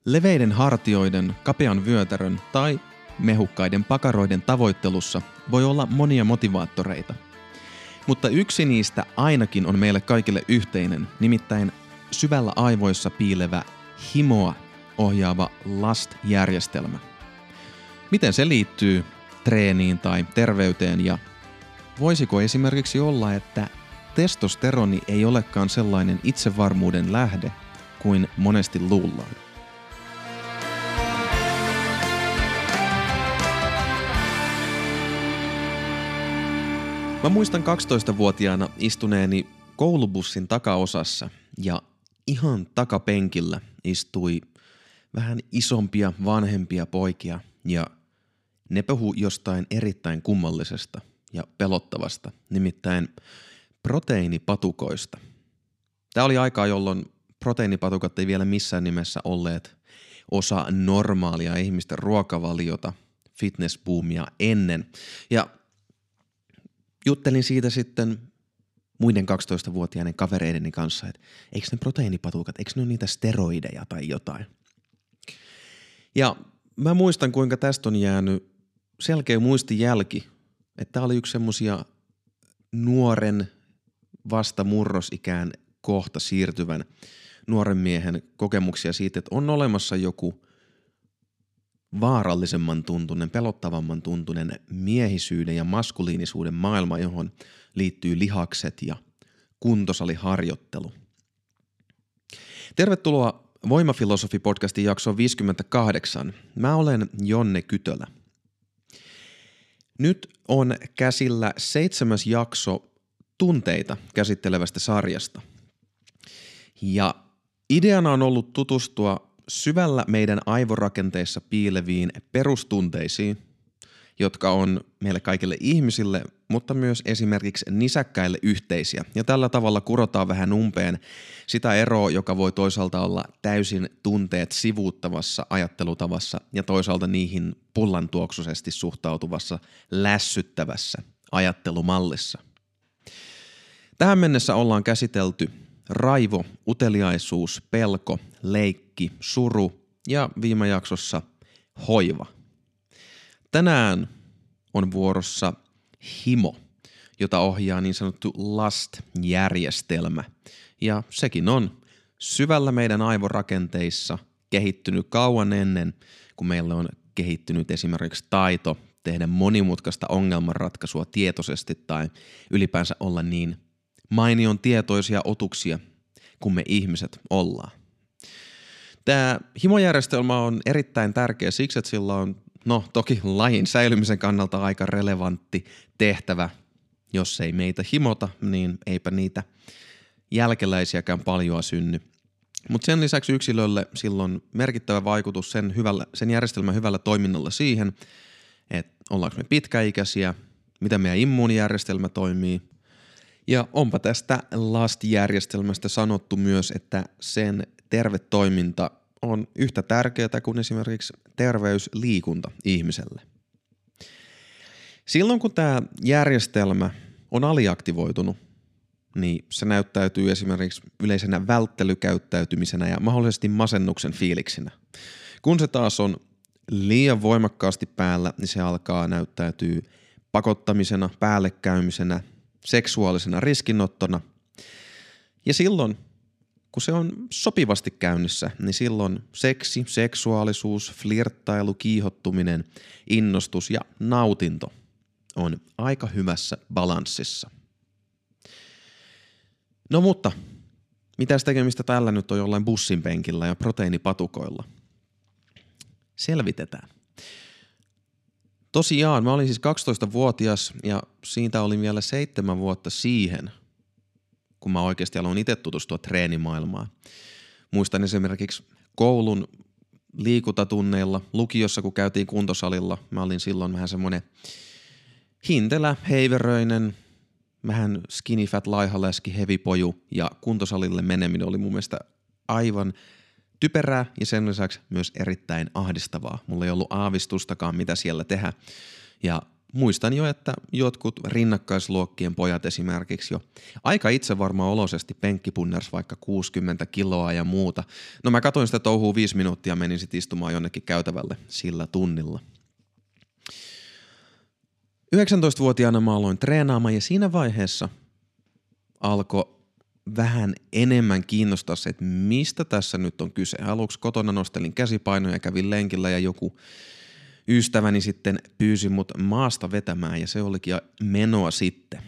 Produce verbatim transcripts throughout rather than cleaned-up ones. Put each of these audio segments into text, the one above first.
Leveiden hartioiden, kapean vyötärön tai mehukkaiden pakaroiden tavoittelussa voi olla monia motivaattoreita. Mutta yksi niistä ainakin on meille kaikille yhteinen, nimittäin syvällä aivoissa piilevä himoa ohjaava lust-järjestelmä. Miten se liittyy treeniin tai terveyteen ja voisiko esimerkiksi olla, että testosteroni ei olekaan sellainen itsevarmuuden lähde kuin monesti luullaan? Mä muistan kaksitoistavuotiaana istuneeni koulubussin takaosassa ja ihan takapenkillä istui vähän isompia vanhempia poikia ja ne puhui jostain erittäin kummallisesta ja pelottavasta, nimittäin proteiinipatukoista. Tämä oli aikaa, jolloin proteiinipatukat ei vielä missään nimessä olleet osa normaalia ihmisten ruokavaliota, fitnessboomia ennen. Ja juttelin siitä sitten muiden kaksitoistavuotiaiden kavereideni kanssa, että eikö ne proteiinipatukat, eikö ne ole niitä steroideja tai jotain. Ja mä muistan, kuinka tästä on jäänyt selkeä muistijälki, että tää oli yksi semmosia nuoren vasta murrosikään kohta siirtyvän nuoren miehen kokemuksia siitä, että on olemassa joku vaarallisemman tuntunen, pelottavamman tuntunen miehisyyden ja maskuliinisuuden maailma, johon liittyy lihakset ja kuntosaliharjoittelu. Tervetuloa Voimafilosofi-podcastin jaksoon viisikymmentäkahdeksan. Mä olen Jonne Kytölä. Nyt on käsillä seitsemäs jakso tunteita käsittelevästä sarjasta. Ja ideana on ollut tutustua syvällä meidän aivorakenteissa piileviin perustunteisiin, jotka on meille kaikille ihmisille, mutta myös esimerkiksi nisäkkäille yhteisiä. Ja tällä tavalla kurotaan vähän umpeen sitä eroa, joka voi toisaalta olla täysin tunteet sivuuttavassa ajattelutavassa ja toisaalta niihin pullantuoksuisesti suhtautuvassa lässyttävässä ajattelumallissa. Tähän mennessä ollaan käsitelty raivo, uteliaisuus, pelko, leikki, suru ja viime jaksossa hoiva. Tänään on vuorossa himo, jota ohjaa niin sanottu lust-järjestelmä. Ja sekin on syvällä meidän aivorakenteissa kehittynyt kauan ennen, kun meillä on kehittynyt esimerkiksi taito tehdä monimutkaista ongelmanratkaisua tietoisesti tai ylipäänsä olla niin mainion tietoisia otuksia, kun me ihmiset ollaan. Tämä himojärjestelmä on erittäin tärkeä siksi, että sillä on no toki lajin säilymisen kannalta aika relevantti tehtävä. Jos ei meitä himota, niin eipä niitä jälkeläisiäkään paljoa synny. Mutta sen lisäksi yksilölle sillä on merkittävä vaikutus sen, hyvällä, sen järjestelmän hyvällä toiminnalla siihen, että ollaanko me pitkäikäisiä, miten meidän immuunijärjestelmä toimii. Ja onpa tästä lust-järjestelmästä sanottu myös, että sen terve toiminta on yhtä tärkeää kuin esimerkiksi terveysliikunta ihmiselle. Silloin kun tämä järjestelmä on aliaktivoitunut, niin se näyttäytyy esimerkiksi yleisenä välttelykäyttäytymisenä ja mahdollisesti masennuksen fiiliksinä. Kun se taas on liian voimakkaasti päällä, niin se alkaa näyttäytyä pakottamisena, päällekäymisenä, seksuaalisena riskinottona. Ja silloin, kun se on sopivasti käynnissä, niin silloin seksi, seksuaalisuus, flirttailu, kiihottuminen, innostus ja nautinto on aika hyvässä balanssissa. No mutta, mitäs tekemistä tällä nyt on jollain bussin penkillä ja proteiinipatukoilla? Selvitetään. Tosiaan, mä olin siis kaksitoistavuotias ja siitä olin vielä seitsemän vuotta siihen, kun mä oikeasti aloin itse tutustua treenimaailmaan. Muistan esimerkiksi koulun liikuntatunneilla, lukiossa kun käytiin kuntosalilla, mä olin silloin vähän semmoinen hintelä, heiveröinen, vähän skinny fat, laihaläski, hevipoju ja kuntosalille meneminen oli mun mielestä aivan typerää ja sen lisäksi myös erittäin ahdistavaa. Mulla ei ollut aavistustakaan, mitä siellä tehdä. Ja muistan jo, että jotkut rinnakkaisluokkien pojat esimerkiksi jo aika itsevarma olosesti penkkipunners vaikka kuusikymmentä kiloa ja muuta. No mä katoin sitä touhua viisi minuuttia ja menin sitten istumaan jonnekin käytävälle sillä tunnilla. yhdeksäntoistavuotiaana mä aloin treenaamaan ja siinä vaiheessa alkoi vähän enemmän kiinnostaa se, että mistä tässä nyt on kyse. Aluksi kotona nostelin käsipainoja, kävin lenkillä ja joku ystäväni sitten pyysi mut maasta vetämään ja se olikin menoa sitten.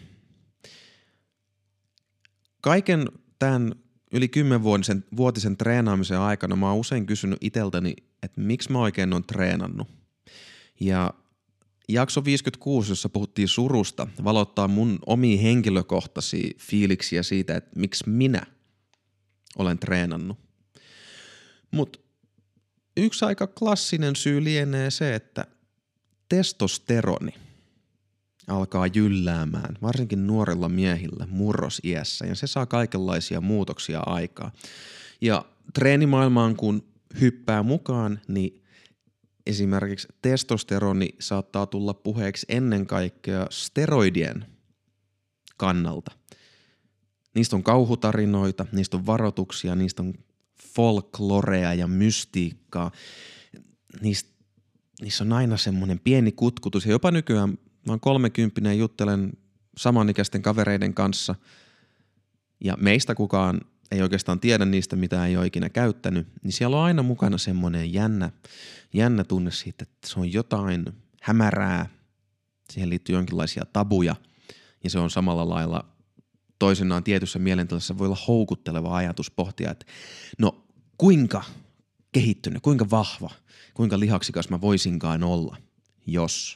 Kaiken tämän yli kymmenvuotisen vuotisen treenaamisen aikana mä oon usein kysynyt iteltäni, että miksi mä oikein oon treenannut. Ja jakso viisikymmentäkuusi, jossa puhuttiin surusta, valottaa mun omia henkilökohtaisia fiiliksiä siitä, että miksi minä olen treenannut. Mutta yksi aika klassinen syy lienee se, että testosteroni alkaa jylläämään, varsinkin nuorilla miehillä murrosiässä, ja se saa kaikenlaisia muutoksia aikaa. Ja treenimaailmaan kun hyppää mukaan, niin esimerkiksi testosteroni saattaa tulla puheeksi ennen kaikkea steroidien kannalta. Niistä on kauhutarinoita, niistä on varoituksia, niistä on folklorea ja mystiikkaa. Niistä, niissä on aina semmoinen pieni kutkutus. Ja jopa nykyään mä oon kolmekymppinen ja juttelen samanikäisten kavereiden kanssa. Ja meistä kukaan ei oikeastaan tiedä niistä, mitä ei ole ikinä käyttänyt. Niin siellä on aina mukana semmoinen jännä, jännä tunne siitä, että se on jotain hämärää. Siihen liittyy jonkinlaisia tabuja. Ja se on samalla lailla toisenaan tietyssä mielentilassa voi olla houkutteleva ajatus pohtia, että no kuinka kehittynyt, kuinka vahva, kuinka lihaksikas mä voisinkaan olla, jos.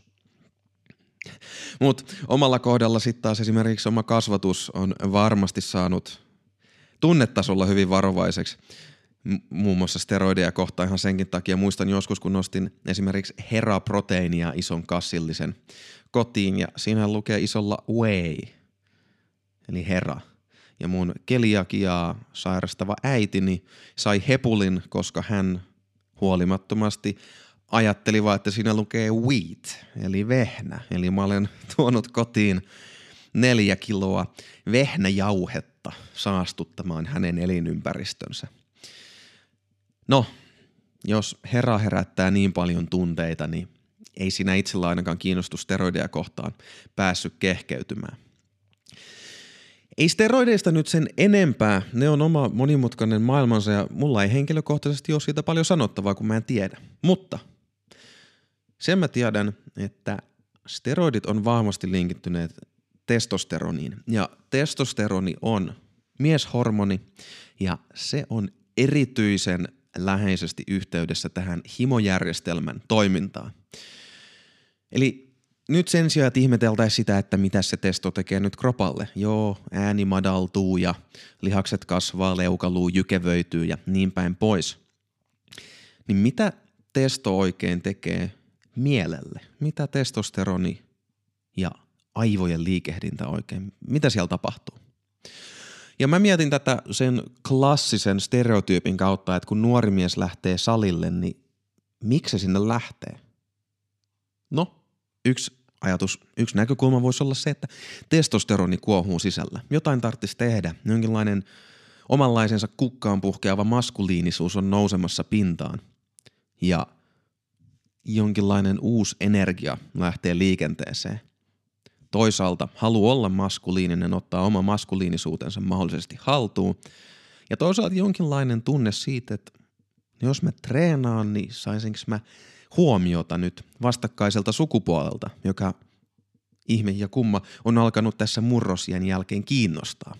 Mutta omalla kohdalla sitten taas esimerkiksi oma kasvatus on varmasti saanut tunnetasolla hyvin varovaiseksi, M- muun muassa steroideja kohtaan ihan senkin takia. Muistan joskus, kun nostin esimerkiksi Hera-proteiinia ison kassillisen kotiin ja siinä lukee isolla whey, eli Hera. Ja mun keliakiaa sairastava äitini sai hepulin, koska hän huolimattomasti ajatteli vaan, että siinä lukee wheat, eli vehnä. Eli mä olen tuonut kotiin neljä kiloa vehnäjauhetta saastuttamaan hänen elinympäristönsä. No, jos Hera herättää niin paljon tunteita, niin ei siinä itsellä ainakaan kiinnostus steroideja kohtaan päässyt kehkeytymään. Ei steroideista nyt sen enempää, ne on oma monimutkainen maailmansa ja mulla ei henkilökohtaisesti ole siitä paljon sanottavaa, kun mä en tiedä. Mutta sen mä tiedän, että steroidit on vahvasti linkittyneet testosteroniin ja testosteroni on mieshormoni ja se on erityisen läheisesti yhteydessä tähän himojärjestelmän toimintaan. Eli nyt sen sijaan, että ihmeteltäisiin sitä, että mitä se testo tekee nyt kropalle. Joo, ääni madaltuu ja lihakset kasvaa, leukaluu jykevöityy ja niin päin pois. Niin mitä testo oikein tekee mielelle? Mitä testosteroni ja aivojen liikehdintä oikein, mitä siellä tapahtuu? Ja mä mietin tätä sen klassisen stereotyypin kautta, että kun nuori mies lähtee salille, niin miksi se sinne lähtee? No, yksi ajatus, yksi näkökulma voisi olla se, että testosteroni kuohuu sisällä. Jotain tarvitsisi tehdä. Jonkinlainen omanlaisensa kukkaan puhkeava maskuliinisuus on nousemassa pintaan. Ja jonkinlainen uusi energia lähtee liikenteeseen. Toisaalta halu olla maskuliininen, ottaa oma maskuliinisuutensa mahdollisesti haltuun. Ja toisaalta jonkinlainen tunne siitä, että jos mä treenaan, niin saisinko mä huomiota nyt vastakkaiselta sukupuolelta, joka ihme ja kumma on alkanut tässä murrosien jälkeen kiinnostaa.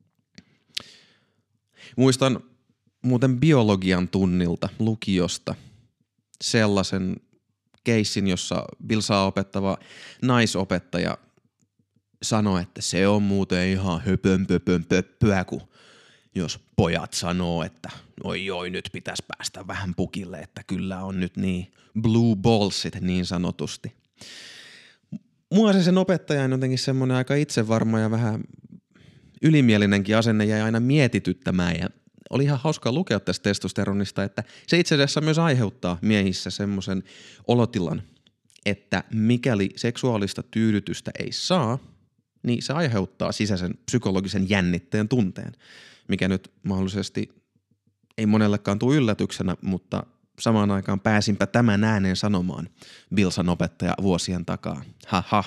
Muistan muuten biologian tunnilta lukiosta sellaisen keissin, jossa Bilsaa opettava naisopettaja sanoi, että se on muuten ihan höpönpöpönpöppöä, kun jos pojat sanoo, että oi oi nyt pitäisi päästä vähän pukille, että kyllä on nyt niin blue ballsit niin sanotusti. Mua se sen opettajan jotenkin semmoinen aika itsevarma ja vähän ylimielinenkin asenne jäi aina mietityttämään ja oli ihan hauskaa lukea tästä testosteronista, että se itse asiassa myös aiheuttaa miehissä semmoisen olotilan, että mikäli seksuaalista tyydytystä ei saa, niin se aiheuttaa sisäisen psykologisen jännitteen tunteen, mikä nyt mahdollisesti ei monellekaan tule yllätyksenä, mutta samaan aikaan pääsinpä tämän ääneen sanomaan Bilsan opettaja vuosien takaa. Haha.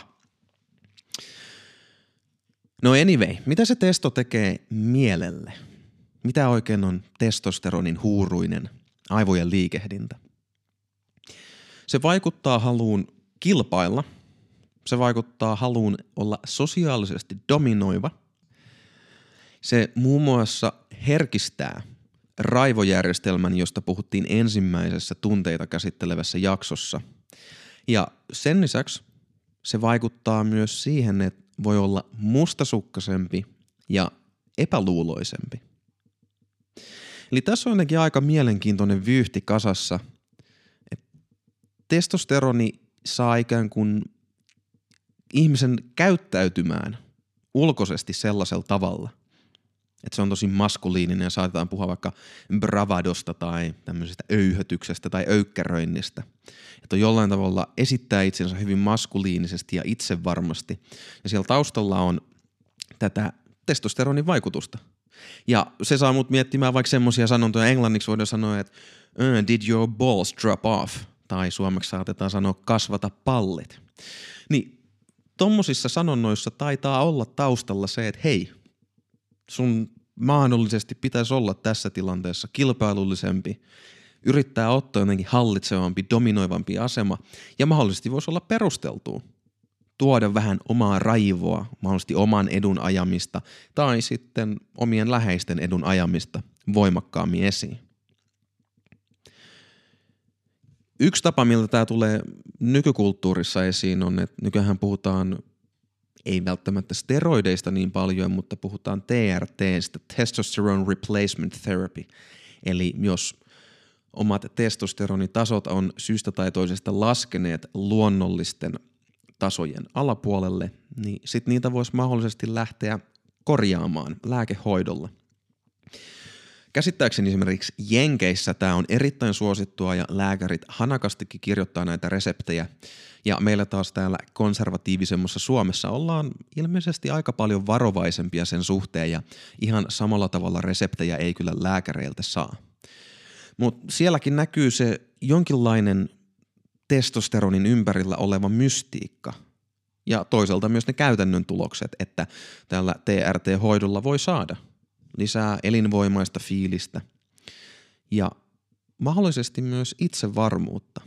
No anyway, mitä se testo tekee mielelle? Mitä oikein on testosteronin huuruinen aivojen liikehdintä? Se vaikuttaa haluun kilpailla, se vaikuttaa haluun olla sosiaalisesti dominoiva, se muun muassa herkistää raivojärjestelmän, josta puhuttiin ensimmäisessä tunteita käsittelevässä jaksossa. Ja sen lisäksi se vaikuttaa myös siihen, että voi olla mustasukkaisempi ja epäluuloisempi. Eli tässä on jotenkin aika mielenkiintoinen vyyhti kasassa, että testosteroni saa ikään kuin ihmisen käyttäytymään ulkoisesti sellaisella tavalla, että se on tosi maskuliininen ja saatetaan puhua vaikka bravadosta tai tämmöisestä öyhötyksestä tai öykkäröinnistä. Että on jollain tavalla esittää itsensä hyvin maskuliinisesti ja itsevarmasti. Ja siellä taustalla on tätä testosteronin vaikutusta. Ja se saa mut miettimään vaikka semmoisia sanontoja, englanniksi voidaan sanoa, että uh, did your balls drop off? Tai suomeksi saatetaan sanoa kasvata pallit. Niin tommosissa sanonnoissa taitaa olla taustalla se, että hei, sun mahdollisesti pitäisi olla tässä tilanteessa kilpailullisempi, yrittää ottaa jotenkin hallitsevampi, dominoivampi asema ja mahdollisesti voisi olla perusteltua tuoda vähän omaa raivoa, mahdollisesti oman edun ajamista tai sitten omien läheisten edun ajamista voimakkaammin esiin. Yksi tapa, miltä tämä tulee nykykulttuurissa esiin on, että nykyään puhutaan ei välttämättä steroideista niin paljon, mutta puhutaan T R T:stä, Testosterone Replacement Therapy. Eli jos omat testosteronitasot on syystä tai toisesta laskeneet luonnollisten tasojen alapuolelle, niin sitten niitä voisi mahdollisesti lähteä korjaamaan lääkehoidolla. Käsittääkseni esimerkiksi Jenkeissä tämä on erittäin suosittua ja lääkärit hanakastikin kirjoittaa näitä reseptejä. Ja meillä taas täällä konservatiivisemmassa Suomessa ollaan ilmeisesti aika paljon varovaisempia sen suhteen ja ihan samalla tavalla reseptejä ei kyllä lääkäreiltä saa. Mutta sielläkin näkyy se jonkinlainen testosteronin ympärillä oleva mystiikka ja toisaalta myös ne käytännön tulokset, että tällä T R T-hoidolla voi saada lisää elinvoimaista fiilistä ja mahdollisesti myös itsevarmuutta.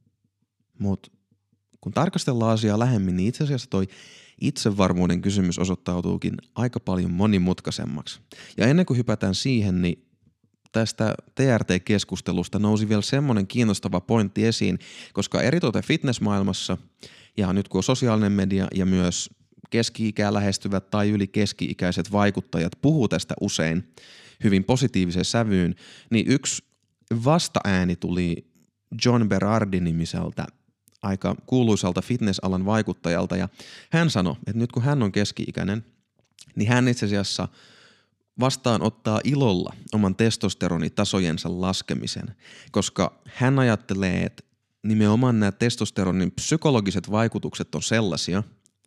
Mutta kun tarkastellaan asiaa lähemmin, niin itse asiassa toi itsevarmuuden kysymys osoittautuukin aika paljon monimutkaisemmaksi. Ja ennen kuin hypätään siihen, niin tästä T R T-keskustelusta nousi vielä semmoinen kiinnostava pointti esiin, koska eritoten fitnessmaailmassa ja nyt kun on sosiaalinen media ja myös keski-ikää lähestyvät tai yli keski-ikäiset vaikuttajat puhuu tästä usein hyvin positiiviseen sävyyn, niin yksi vastaääni tuli John Berardi-nimiseltä aika kuuluisalta fitnessalan vaikuttajalta ja hän sanoi, että nyt kun hän on keski-ikäinen, niin hän itse asiassa vastaanottaa ilolla oman testosteronitasojensa laskemisen, koska hän ajattelee, että nimenomaan nämä testosteronin psykologiset vaikutukset on sellaisia,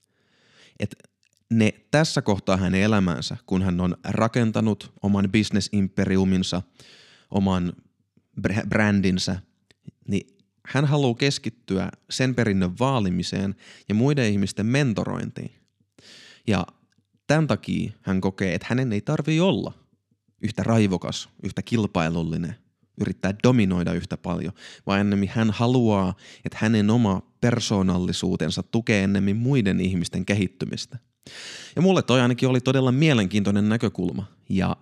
että ne tässä kohtaa hänen elämänsä, kun hän on rakentanut oman business-imperiuminsa, oman brändinsä, niin hän haluaa keskittyä sen perinnön vaalimiseen ja muiden ihmisten mentorointiin. Ja tämän takia hän kokee, että hänen ei tarvitse olla yhtä raivokas, yhtä kilpailullinen, yrittää dominoida yhtä paljon, vaan ennemmin hän haluaa, että hänen oma persoonallisuutensa tukee ennemmin muiden ihmisten kehittymistä. Ja mulle toi ainakin oli todella mielenkiintoinen näkökulma ja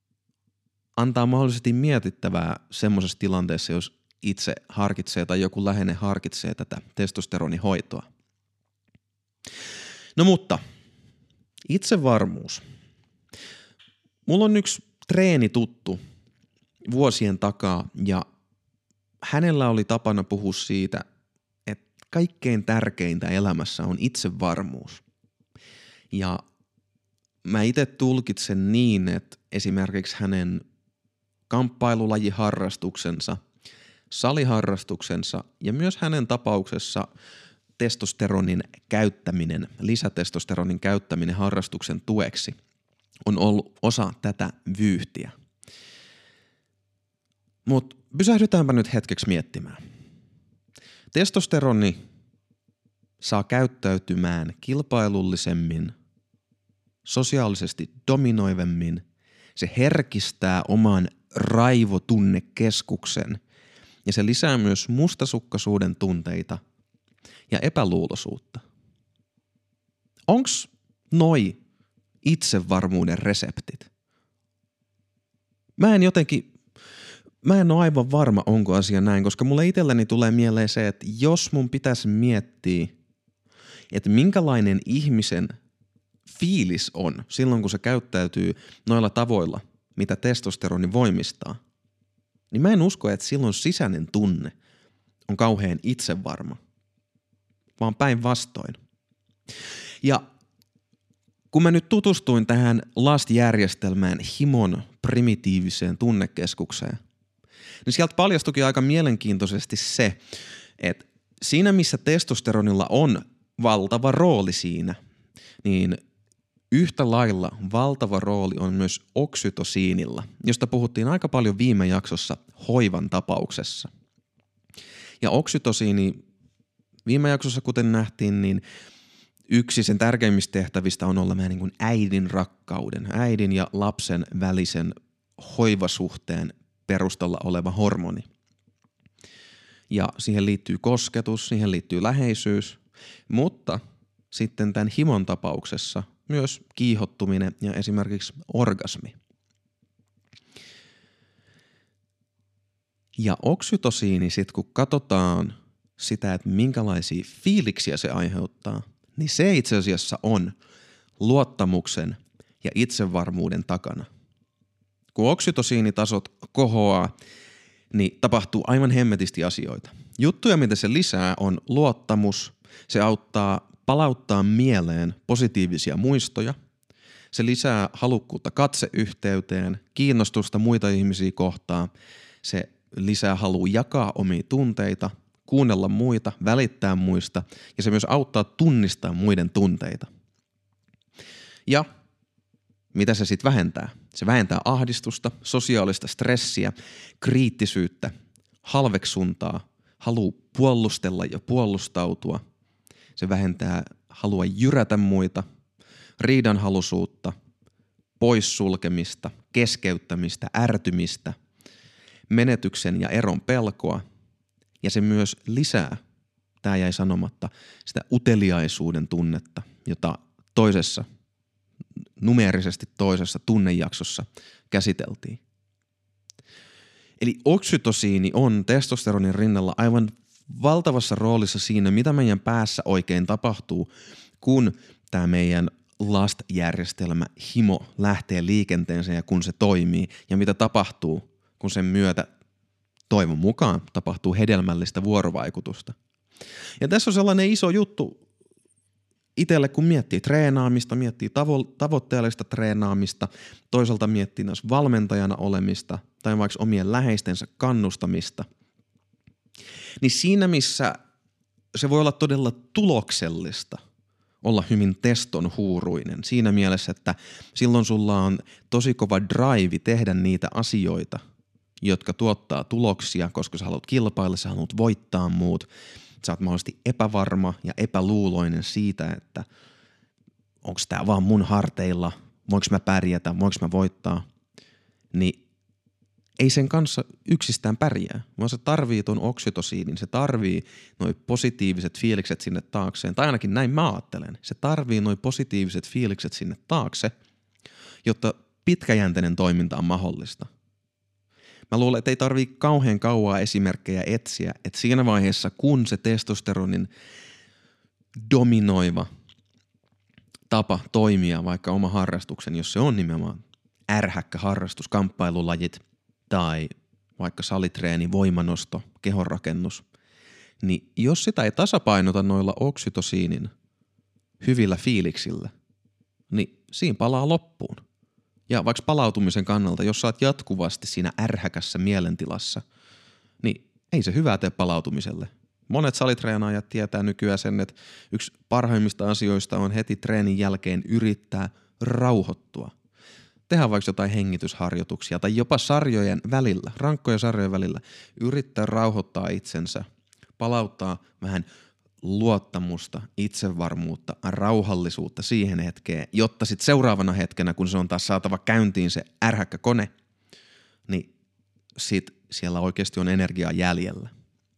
antaa mahdollisesti mietittävää semmoisessa tilanteessa, jos itse harkitsee tai joku läheinen harkitsee tätä testosteronihoitoa. No mutta, itsevarmuus. Mulla on yksi treeni tuttu vuosien takaa ja hänellä oli tapana puhua siitä, että kaikkein tärkeintä elämässä on itsevarmuus. Ja mä itse tulkitsen niin, että esimerkiksi hänen kamppailulajiharrastuksensa, saliharrastuksensa ja myös hänen tapauksessa testosteronin käyttäminen, lisätestosteronin käyttäminen harrastuksen tueksi on ollut osa tätä vyyhtiä. Mutta pysähdytäänpä nyt hetkeksi miettimään. Testosteroni saa käyttäytymään kilpailullisemmin, sosiaalisesti dominoivemmin. Se herkistää oman raivotunnekeskuksen ja se lisää myös mustasukkaisuuden tunteita ja epäluuloisuutta. Onks noi itsevarmuuden reseptit? Mä en jotenkin, mä en ole aivan varma, onko asia näin, koska mulle itselleni tulee mieleen se, että jos mun pitäisi miettiä, että minkälainen ihmisen fiilis on silloin, kun se käyttäytyy noilla tavoilla, mitä testosteroni voimistaa, niin mä en usko, että silloin sisäinen tunne on kauhean itsevarma, vaan päinvastoin. Ja kun mä nyt tutustuin tähän Lust-järjestelmään, himon primitiiviseen tunnekeskukseen, niin sieltä paljastuikin aika mielenkiintoisesti se, että siinä missä testosteronilla on valtava rooli siinä, niin yhtä lailla valtava rooli on myös oksytosiinilla, josta puhuttiin aika paljon viime jaksossa hoivan tapauksessa. Ja oksytosiini viime jaksossa, kuten nähtiin, niin yksi sen tärkeimmistä tehtävistä on olla meidän niin kuin äidin rakkauden, äidin ja lapsen välisen hoivasuhteen perustalla oleva hormoni. Ja siihen liittyy kosketus, siihen liittyy läheisyys, mutta sitten tämän himon tapauksessa myös kiihottuminen ja esimerkiksi orgasmi. Ja oksytosiini sitten kun katsotaan sitä, että minkälaisia fiiliksiä se aiheuttaa, niin se itse asiassa on luottamuksen ja itsevarmuuden takana. Kun oksytosiinitasot kohoaa, niin tapahtuu aivan hemmetisti asioita. Juttuja, mitä se lisää, on luottamus. Se auttaa palauttaa mieleen positiivisia muistoja. Se lisää halukkuutta katseyhteyteen, kiinnostusta muita ihmisiä kohtaan. Se lisää halua jakaa omia tunteita, kuunnella muita, välittää muista ja se myös auttaa tunnistaa muiden tunteita. Ja mitä se sitten vähentää? Se vähentää ahdistusta, sosiaalista stressiä, kriittisyyttä, halveksuntaa, halua puolustella ja puolustautua. Se vähentää halua jyrätä muita, riidanhaluisuutta, poissulkemista, keskeyttämistä, ärtymistä, menetyksen ja eron pelkoa. Ja se myös lisää, tämä jäi sanomatta, sitä uteliaisuuden tunnetta, jota toisessa, numeerisesti toisessa tunnejaksossa käsiteltiin. Eli oksytosiini on testosteronin rinnalla aivan valtavassa roolissa siinä, mitä meidän päässä oikein tapahtuu, kun tämä meidän lust-järjestelmä, himo, lähtee liikenteeseen ja kun se toimii, ja mitä tapahtuu, kun sen myötä toivon mukaan tapahtuu hedelmällistä vuorovaikutusta. Ja tässä on sellainen iso juttu itselle, kun miettii treenaamista, miettii tavo- tavoitteellista treenaamista, toisaalta miettii myös valmentajana olemista tai vaikka omien läheistensä kannustamista. Niin siinä, missä se voi olla todella tuloksellista olla hyvin teston huuruinen siinä mielessä, että silloin sulla on tosi kova drive tehdä niitä asioita, jotka tuottaa tuloksia, koska sä haluat kilpailla, sä haluat voittaa muut. Sä oot mahdollisesti epävarma ja epäluuloinen siitä, että onko tää vaan mun harteilla, voinko mä pärjätä, voinko mä voittaa. Niin ei sen kanssa yksistään pärjää, vaan se tarvii ton oksytosiinin, se tarvii noi positiiviset fiilikset sinne taakseen, tai ainakin näin mä ajattelen. Se tarvii noi positiiviset fiilikset sinne taakse, jotta pitkäjänteinen toiminta on mahdollista. Mä luulen, että ei tarvii kauhean kauaa esimerkkejä etsiä, että siinä vaiheessa, kun se testosteronin dominoiva tapa toimia vaikka oma harrastuksen, jos se on nimenomaan ärhäkkä harrastus, kamppailulajit tai vaikka salitreeni, voimanosto, kehonrakennus, niin jos sitä ei tasapainota noilla oksytosiinin hyvillä fiiliksillä, niin siinä palaa loppuun. Ja vaikka palautumisen kannalta, jos sä oot jatkuvasti siinä ärhäkässä mielentilassa, niin ei se hyvää tee palautumiselle. Monet salitreenaajat tietää nykyään sen, että yksi parhaimmista asioista on heti treenin jälkeen yrittää rauhoittua. Tehdään vaikka jotain hengitysharjoituksia tai jopa sarjojen välillä, rankkojen sarjojen välillä, yrittää rauhoittaa itsensä, palauttaa vähän luottamusta, itsevarmuutta, rauhallisuutta siihen hetkeen, jotta sitten seuraavana hetkenä, kun se on taas saatava käyntiin se ärhäkkä kone, niin sit siellä oikeasti on energiaa jäljellä.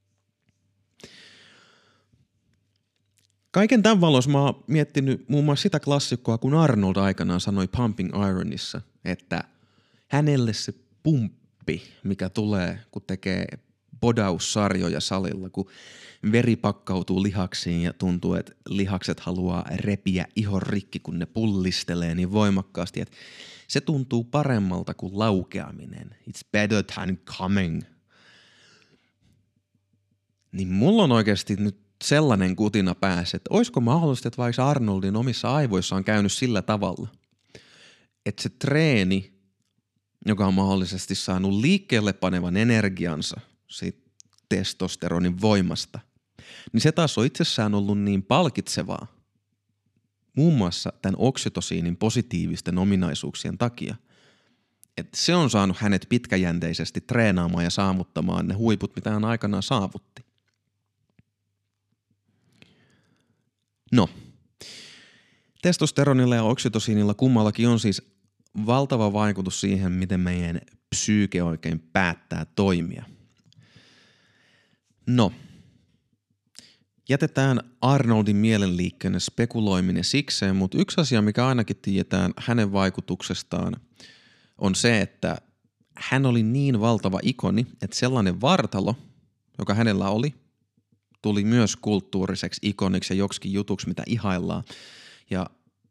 Kaiken tämän valossa mä oon miettinyt muun muassa sitä klassikkoa, kun Arnold aikanaan sanoi Pumping Ironissa, että hänelle se pumppi, mikä tulee, kun tekee bodaussarjoja salilla, kun veri pakkautuu lihaksiin ja tuntuu, että lihakset haluaa repiä ihon rikki, kun ne pullistelee niin voimakkaasti, että se tuntuu paremmalta kuin laukeaminen. It's better than coming. Niin mulla on oikeasti nyt sellainen kutina päässä, että olisiko mahdollista, että vaikka Arnoldin omissa aivoissa on käynyt sillä tavalla, että se treeni, joka on mahdollisesti saanut liikkeelle panevan energiansa siitä testosteronin voimasta, niin se taas on itsessään ollut niin palkitsevaa, muun muassa tämän oksytosiinin positiivisten ominaisuuksien takia, että se on saanut hänet pitkäjänteisesti treenaamaan ja saavuttamaan ne huiput, mitä hän aikanaan saavutti. No, testosteronilla ja oksytosiinilla kummallakin on siis valtava vaikutus siihen, miten meidän psyyke oikein päättää toimia. No, jätetään Arnoldin mielenliikkeinen spekuloiminen sikseen, mutta yksi asia, mikä ainakin tiedetään hänen vaikutuksestaan, on se, että hän oli niin valtava ikoni, että sellainen vartalo, joka hänellä oli, tuli myös kulttuuriseksi ikoniksi ja joksikin jutuksi, mitä ihaillaan. Ja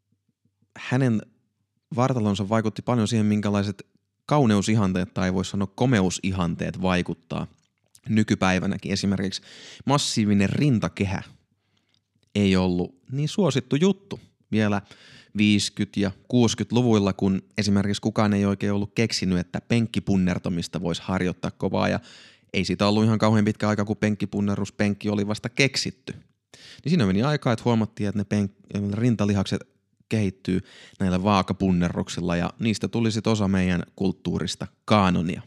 hänen vartalonsa vaikutti paljon siihen, minkälaiset kauneusihanteet tai voisi sanoa komeusihanteet vaikuttaa nykypäivänäkin. Esimerkiksi massiivinen rintakehä ei ollut niin suosittu juttu vielä viisikymmentä- ja kuusikymmentäluvuilla, kun esimerkiksi kukaan ei oikein ollut keksinyt, että penkkipunnertamista voisi harjoittaa kovaa ja ei siitä ollut ihan kauhean pitkä aika, kun penkkipunneruspenkki oli vasta keksitty. Niin siinä meni aikaa, että huomattiin, että ne penk- rintalihakset kehittyy näillä vaakapunnerruksilla ja niistä tuli sitten osa meidän kulttuurista kaanonia.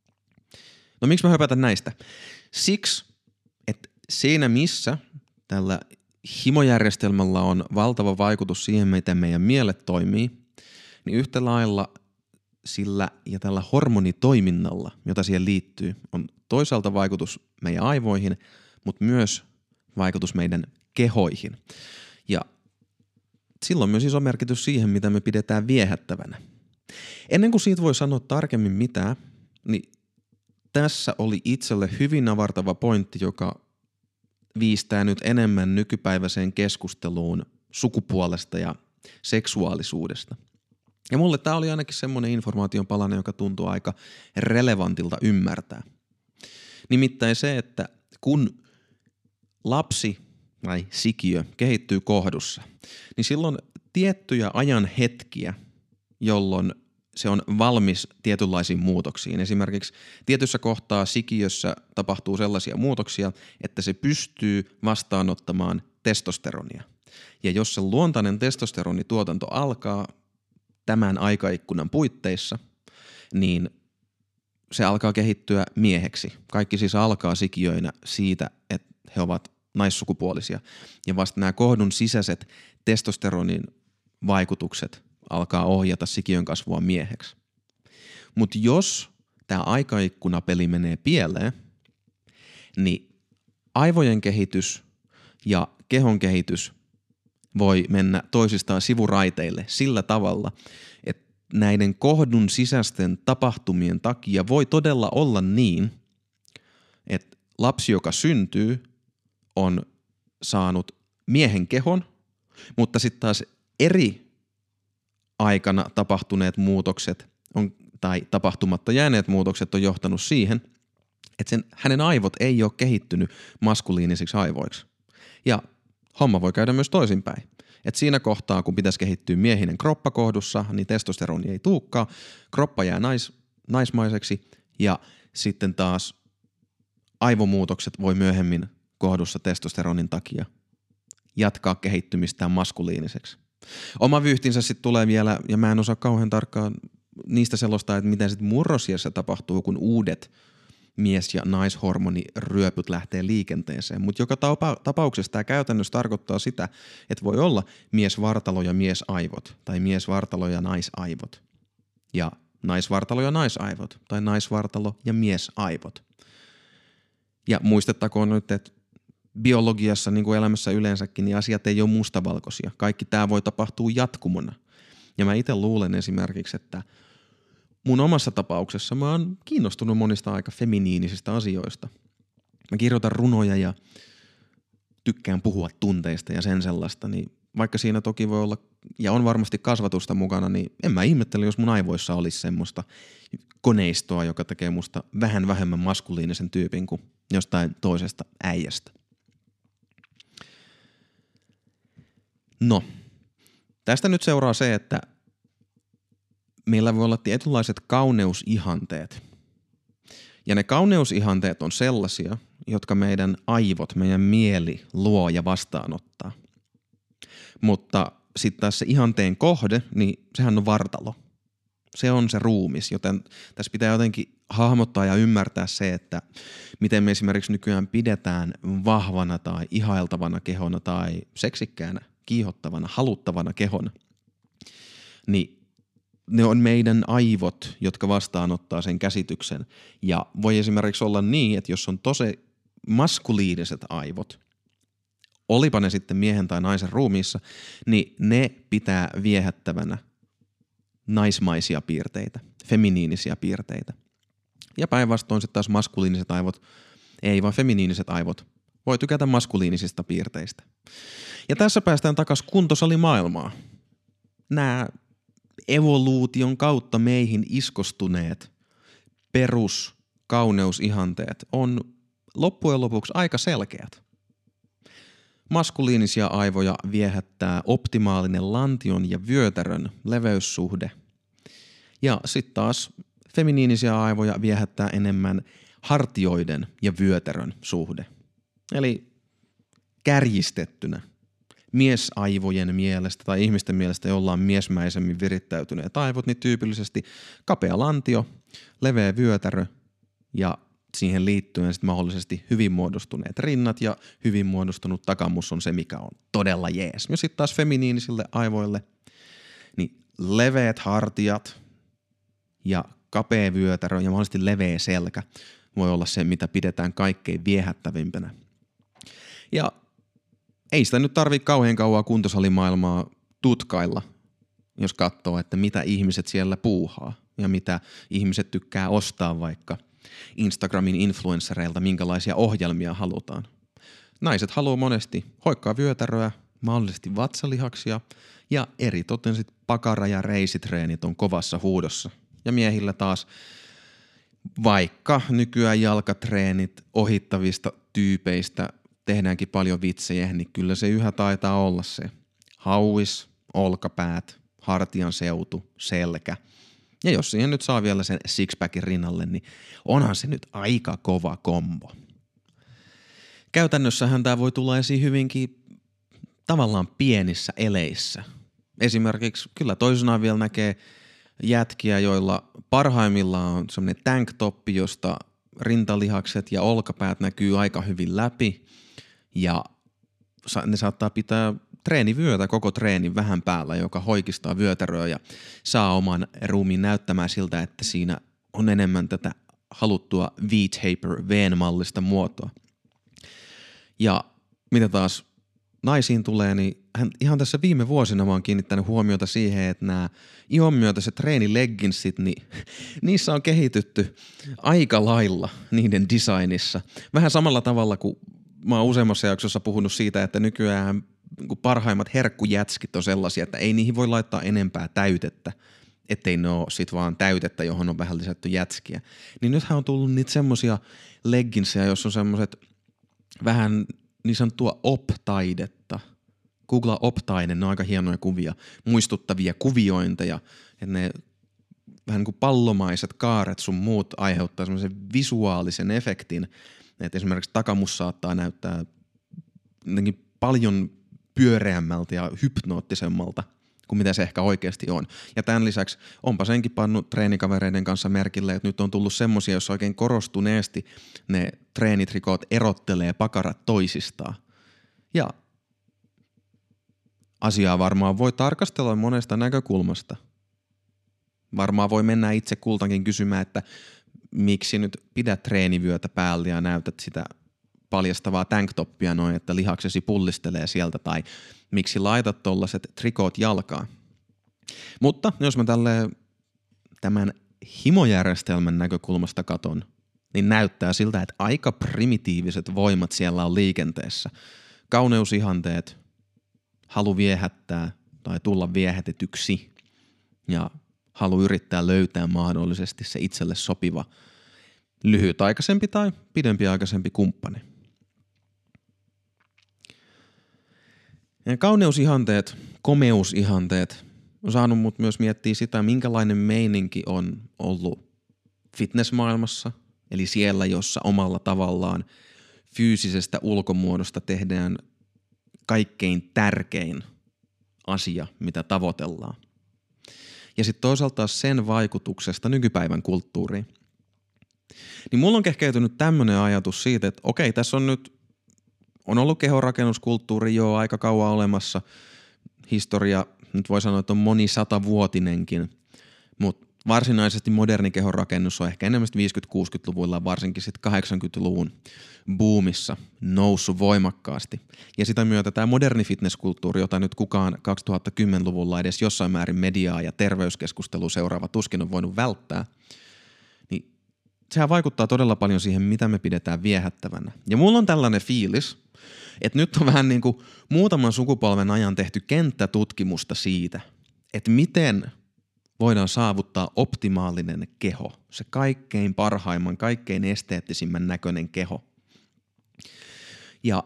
No miksi mä höpätän näistä? Siksi, että siinä missä tällä himojärjestelmällä on valtava vaikutus siihen, miten meidän mielet toimii, niin yhtä lailla sillä ja tällä hormonitoiminnalla, jota siihen liittyy, on toisaalta vaikutus meidän aivoihin, mutta myös vaikutus meidän kehoihin. Ja silloin myös iso merkitys siihen, mitä me pidetään viehättävänä. Ennen kuin siitä voi sanoa tarkemmin mitään, niin tässä oli itselle hyvin avartava pointti, joka viistää nyt enemmän nykypäiväiseen keskusteluun sukupuolesta ja seksuaalisuudesta. Ja mulle tää oli ainakin semmoinen informaation palanen, joka tuntuu aika relevantilta ymmärtää. Nimittäin se, että kun lapsi tai sikiö kehittyy kohdussa, niin silloin tiettyjä ajan hetkiä, jolloin se on valmis tietynlaisiin muutoksiin. Esimerkiksi tietyssä kohtaa sikiössä tapahtuu sellaisia muutoksia, että se pystyy vastaanottamaan testosteronia. Ja jos se luontainen testosteronituotanto alkaa tämän aikaikkunan puitteissa, niin se alkaa kehittyä mieheksi. Kaikki siis alkaa sikiöinä siitä, että he ovat naissukupuolisia. Ja vasta nämä kohdun sisäiset testosteronin vaikutukset alkaa ohjata sikiön kasvua mieheksi. Mutta jos tämä aikaikkunapeli menee pieleen, niin aivojen kehitys ja kehon kehitys voi mennä toisistaan sivuraiteille sillä tavalla, että näiden kohdun sisäisten tapahtumien takia voi todella olla niin, että lapsi, joka syntyy, on saanut miehen kehon, mutta sitten taas eri aikana tapahtuneet muutokset on, tai tapahtumatta jääneet muutokset on johtanut siihen, että sen, hänen aivot ei ole kehittynyt maskuliinisiksi aivoiksi. Ja homma voi käydä myös toisinpäin. Et siinä kohtaa, kun pitäisi kehittyä miehinen kroppa kohdussa, niin testosteroni ei tuukkaa, kroppa jää nais, naismaiseksi ja sitten taas aivomuutokset voi myöhemmin kohdussa testosteronin takia jatkaa kehittymistään maskuliiniseksi. Oma vyyhtinsä sitten tulee vielä, ja mä en osaa kauhean tarkkaan niistä selostaa, että miten sitten murrosiässä tapahtuu, kun uudet mies- ja naishormoniryöpyt lähtee liikenteeseen. Mutta joka tapa- tapauksessa tämä käytännössä tarkoittaa sitä, että voi olla miesvartalo ja miesaivot, tai miesvartalo ja naisaivot, ja naisvartalo ja naisaivot, tai naisvartalo ja miesaivot. Ja muistettakoon nyt, että biologiassa, niin kuin elämässä yleensäkin, niin asiat ei ole mustavalkoisia. Kaikki tämä voi tapahtua jatkumona. Ja mä itse luulen esimerkiksi, että mun omassa tapauksessa mä oon kiinnostunut monista aika feminiinisistä asioista. Mä kirjoitan runoja ja tykkään puhua tunteista ja sen sellaista, niin vaikka siinä toki voi olla, ja on varmasti kasvatusta mukana, niin en mä ihmettele, jos mun aivoissa olisi semmoista koneistoa, joka tekee musta vähän vähemmän maskuliinisen tyypin kuin jostain toisesta äijästä. No, tästä nyt seuraa se, että meillä voi olla tietynlaiset kauneusihanteet. Ja ne kauneusihanteet on sellaisia, jotka meidän aivot, meidän mieli luo ja vastaanottaa. Mutta sitten taas se ihanteen kohde, niin sehän on vartalo. Se on se ruumis, joten tässä pitää jotenkin hahmottaa ja ymmärtää se, että miten me esimerkiksi nykyään pidetään vahvana tai ihailtavana kehona tai seksikkäänä, kiihottavana, haluttavana kehona. Niin ne on meidän aivot, jotka vastaanottaa sen käsityksen. Ja voi esimerkiksi olla niin, että jos on tosi maskuliiniset aivot, olipa ne sitten miehen tai naisen ruumiissa, niin ne pitää viehättävänä naismaisia piirteitä, feminiinisiä piirteitä. Ja päinvastoin sitten taas maskuliiniset aivot, ei vaan feminiiniset aivot, voi tykätä maskuliinisista piirteistä. Ja tässä päästään takaisin kuntosalimaailmaan. Nämä evoluution kautta meihin iskostuneet peruskauneusihanteet on loppujen lopuksi aika selkeät. Maskuliinisia aivoja viehättää optimaalinen lantion ja vyötärön leveyssuhde. Ja sitten taas feminiinisiä aivoja viehättää enemmän hartioiden ja vyötärön suhde. Eli kärjistettynä miesaivojen mielestä tai ihmisten mielestä, jolla on miesmäisemmin virittäytyneet aivot, niin tyypillisesti kapea lantio, leveä vyötärö ja siihen liittyen sitten mahdollisesti hyvin muodostuneet rinnat ja hyvin muodostunut takamus on se, mikä on todella jees. Ja sitten taas feminiinisille aivoille, niin leveät hartiat ja kapea vyötärö ja mahdollisesti leveä selkä voi olla se, mitä pidetään kaikkein viehättävimpänä. Ja ei sitä nyt tarvitse kauhean kauan kuntosalimaailmaa tutkailla, jos katsoo, että mitä ihmiset siellä puuhaa ja mitä ihmiset tykkää ostaa vaikka Instagramin influenssereilta, minkälaisia ohjelmia halutaan. Naiset haluaa monesti hoikkaa vyötäröä, mahdollisesti vatsalihaksia ja eritoten sit pakara- ja reisitreenit on kovassa huudossa. Ja miehillä taas vaikka nykyään jalkatreenit ohittavista tyypeistä tehdäänkin paljon vitsejä, niin kyllä se yhä taitaa olla se hauis, olkapäät, hartian seutu, selkä. Ja jos siihen nyt saa vielä sen sixpackin rinnalle, niin onhan se nyt aika kova kombo. Käytännössähän tämä voi tulla esiin hyvinkin tavallaan pienissä eleissä. Esimerkiksi kyllä toisenaan vielä näkee jätkiä, joilla parhaimmillaan on semmoinen tanktoppi, josta rintalihakset ja olkapäät näkyy aika hyvin läpi ja ne saattaa pitää treenivyötä koko treenin vähän päällä, joka hoikistaa vyötäröä ja saa oman ruumiin näyttämään siltä, että siinä on enemmän tätä haluttua V-taper, V-mallista muotoa. Ja mitä taas naisiin tulee, niin ihan tässä viime vuosina mä oon kiinnittänyt huomiota siihen, että nämä ihonmyötäiset treenilegginsit, niin niissä on kehitytty aika lailla niiden designissa. Vähän samalla tavalla kuin mä oon useammassa jaksossa puhunut siitä, että nykyään parhaimmat herkkujätskit on sellaisia, että ei niihin voi laittaa enempää täytettä, ettei ne ole sit vaan täytettä, johon on vähän lisätty jätskiä. Niin nythän on tullut niitä semmosia legginsejä, jossa on semmoset vähän niin sanottua op-taidetta. Googlaa op-taide, ne on aika hienoja kuvia, muistuttavia kuviointeja, että ne vähän niin kuin pallomaiset kaaret sun muut aiheuttaa semmoisen visuaalisen efektin, Et esimerkiksi takamus saattaa näyttää jotenkin paljon pyöreämmältä ja hypnoottisemmalta kuin mitä se ehkä oikeasti on. Ja tämän lisäksi onpa senkin pannut treenikavereiden kanssa merkille, että nyt on tullut semmosia, jossa oikein korostuneesti ne treenitrikoot erottelee pakarat toisistaan. Ja asiaa varmaan voi tarkastella monesta näkökulmasta. Varmaan voi mennä itse kultakin kysymään, että miksi nyt pidät treenivyötä päällä ja näytät sitä paljastavaa tanktoppia noin, että lihaksesi pullistelee sieltä, tai miksi laitat tollaset trikoot jalkaan. Mutta jos mä tälleen tämän himojärjestelmän näkökulmasta katon, niin näyttää siltä, että aika primitiiviset voimat siellä on liikenteessä. Kauneusihanteet, halu viehättää tai tulla viehätetyksi ja halu yrittää löytää mahdollisesti se itselle sopiva lyhytaikaisempi tai pidempiaikaisempi kumppani. Ja kauneusihanteet, komeusihanteet on saanut mut myös miettiä sitä, minkälainen meininki on ollut fitnessmaailmassa, eli siellä, jossa omalla tavallaan fyysisestä ulkomuodosta tehdään kaikkein tärkein asia, mitä tavoitellaan. Ja sitten toisaalta taas sen vaikutuksesta nykypäivän kulttuuriin. Niin mulla on kehkeytynyt tämmönen ajatus siitä, että okei, tässä on nyt, on ollut kehonrakennuskulttuuri jo aika kauan olemassa. Historia, nyt voi sanoa, että on monisatavuotinenkin, mutta varsinaisesti moderni kehonrakennus on ehkä enemmän viisikymmentä-kuusikymmentäluvuilla, varsinkin sitten kahdeksankymmentäluvun boomissa noussut voimakkaasti. Ja sitä myötä tämä moderni fitnesskulttuuri, jota nyt kukaan kaksituhattakymmenluvulla edes jossain määrin mediaa ja terveyskeskustelua seuraava tuskin on voinut välttää, niin sehän vaikuttaa todella paljon siihen, mitä me pidetään viehättävänä. Ja mulla on tällainen fiilis, että nyt on vähän niin kuin muutaman sukupolven ajan tehty kenttätutkimusta siitä, että miten voidaan saavuttaa optimaalinen keho, se kaikkein parhaimman, kaikkein esteettisimmän näköinen keho. Ja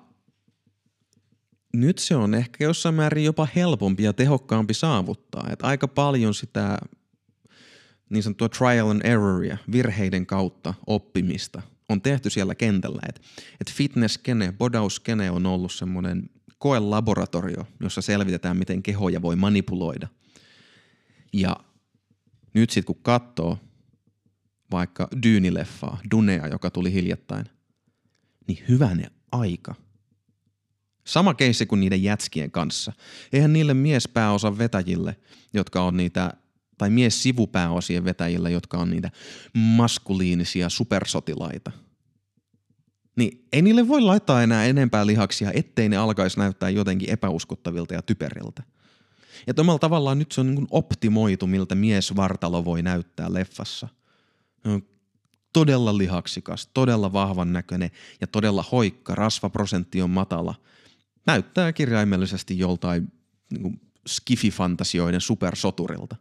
nyt se on ehkä jossain määrin jopa helpompi ja tehokkaampi saavuttaa. Et aika paljon sitä niin sanottua trial and erroria, virheiden kautta oppimista on tehty siellä kentällä. Et, et fitnesskene, bodauskene on ollut semmoinen koelaboratorio, jossa selvitetään, miten kehoja voi manipuloida. Ja nyt sit kun katsoo vaikka Dune-leffaa, Dunea, joka tuli hiljattain, niin hyvänen aika. Sama keissi kuin niiden jätskien kanssa. Eihän niille miespääosan vetäjille, jotka on niitä, tai mies sivupääosien vetäjille, jotka on niitä maskuliinisia supersotilaita. Niin ei niille voi laittaa enää enempää lihaksia, ettei ne alkaisi näyttää jotenkin epäuskottavilta ja typeriltä. Että omalla tavallaan nyt se on niin kuin optimoitu, miltä miesvartalo voi näyttää leffassa. On todella lihaksikas, todella vahvan näköinen ja todella hoikka, rasvaprosentti on matala. Näyttää kirjaimellisesti joltain niin kuin skififantasioiden supersoturilta.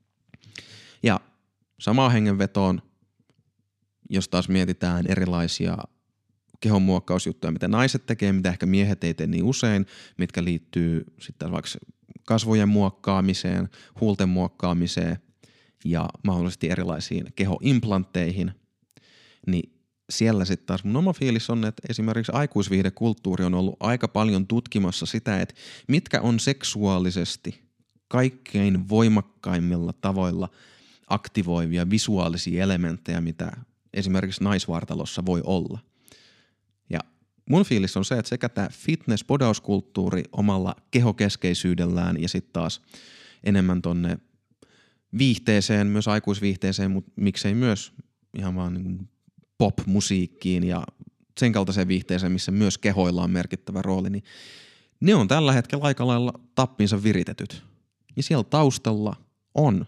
Ja samaan hengenvetoon, jos taas mietitään erilaisia kehonmuokkausjuttuja, mitä naiset tekee, mitä ehkä miehet ei tee niin usein, mitkä liittyy sitten vaikka kasvojen muokkaamiseen, huulten muokkaamiseen ja mahdollisesti erilaisiin kehoimplanteihin, niin siellä sitten taas mun oma fiilis on, että esimerkiksi aikuisviihdekulttuuri on ollut aika paljon tutkimassa sitä, että mitkä on seksuaalisesti kaikkein voimakkaimmilla tavoilla aktivoivia visuaalisia elementtejä, mitä esimerkiksi naisvartalossa voi olla. Ja mun fiilis on se, että sekä tämä fitness-podauskulttuuri omalla kehokeskeisyydellään ja sitten taas enemmän tonne viihteeseen, myös aikuisviihteeseen, mutta miksei myös ihan vaan niin pop-musiikkiin ja sen kaltaiseen viihteeseen, missä myös kehoilla on merkittävä rooli, niin ne on tällä hetkellä aika lailla tappiinsa viritetyt. Ja siellä taustalla on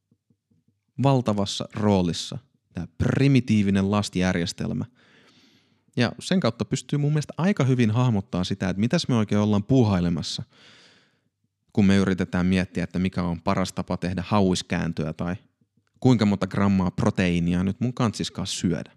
valtavassa roolissa tämä primitiivinen lastijärjestelmä. Ja sen kautta pystyy mun mielestä aika hyvin hahmottaa sitä, että mitäs me oikein ollaan puuhailemassa, kun me yritetään miettiä, että mikä on paras tapa tehdä hauiskääntöä tai kuinka monta grammaa proteiinia nyt mun kantsiskaan syödä.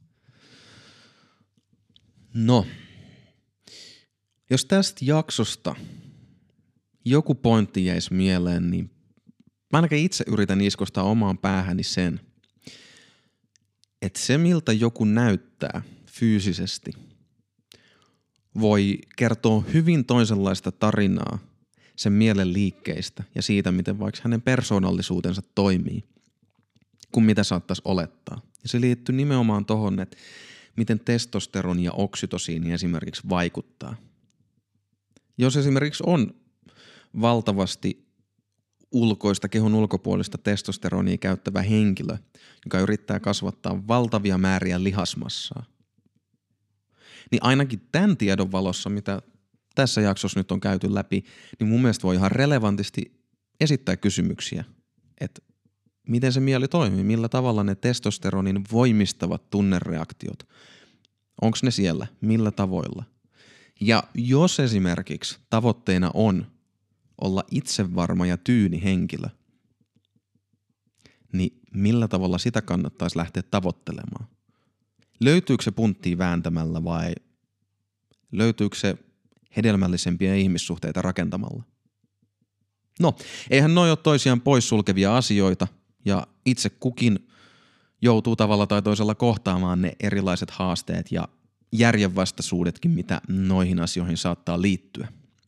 No, jos tästä jaksosta joku pointti jäisi mieleen, niin mä ainakin itse yritän iskostaa omaan päähäni sen, että se miltä joku näyttää fyysisesti voi kertoa hyvin toisenlaista tarinaa sen mielen liikkeistä ja siitä, miten vaikka hänen persoonallisuutensa toimii, kuin mitä saattaisi olettaa. Ja se liittyy nimenomaan tohon, että miten testosteroni ja oksytosiini esimerkiksi vaikuttaa. Jos esimerkiksi on valtavasti ulkoista, kehon ulkopuolista testosteronia käyttävä henkilö, joka yrittää kasvattaa valtavia määriä lihasmassaa, niin ainakin tämän tiedon valossa, mitä tässä jaksossa nyt on käyty läpi, niin mun mielestä voi ihan relevantisti esittää kysymyksiä, että miten se mieli toimii, millä tavalla ne testosteronin voimistavat tunnereaktiot, onko ne siellä, millä tavoilla. Ja jos esimerkiksi tavoitteena on olla itsevarma ja tyyni henkilö, niin millä tavalla sitä kannattaisi lähteä tavoittelemaan? Löytyykö se punttia vääntämällä vai löytyykö se hedelmällisempiä ihmissuhteita rakentamalla? No, eihän noi ole toisiaan poissulkevia asioita ja itse kukin joutuu tavalla tai toisella kohtaamaan ne erilaiset haasteet ja järjenvastaisuudetkin, mitä noihin asioihin saattaa liittyä.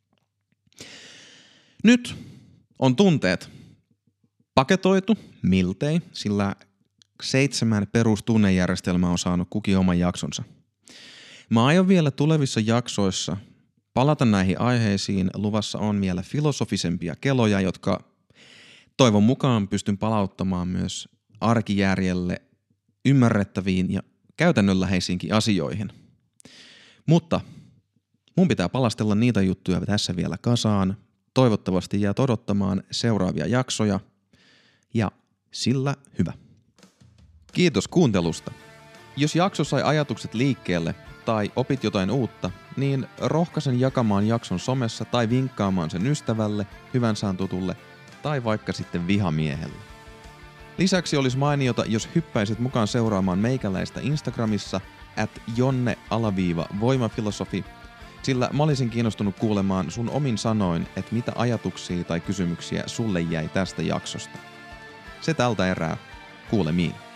Nyt on tunteet paketoitu miltei, sillä seitsemän perustunnejärjestelmää on saanut kukin oman jaksonsa. Mä aion vielä tulevissa jaksoissa palata näihin aiheisiin. Luvassa on vielä filosofisempia keloja, jotka toivon mukaan pystyn palauttamaan myös arkijärjelle ymmärrettäviin ja käytännönläheisiinkin asioihin. Mutta mun pitää palastella niitä juttuja tässä vielä kasaan. Toivottavasti jää odottamaan seuraavia jaksoja ja sillä hyvä. Kiitos kuuntelusta. Jos jakso sai ajatukset liikkeelle tai opit jotain uutta, niin rohkaisen jakamaan jakson somessa tai vinkkaamaan sen ystävälle, hyvän sään tutulle tai vaikka sitten vihamiehelle. Lisäksi olisi mainiota, jos hyppäisit mukaan seuraamaan meikäläistä Instagramissa at jonne-voimafilosofi, sillä mä olisin kiinnostunut kuulemaan sun omin sanoin, että mitä ajatuksia tai kysymyksiä sulle jäi tästä jaksosta. Se tältä erää. Kuulemiin.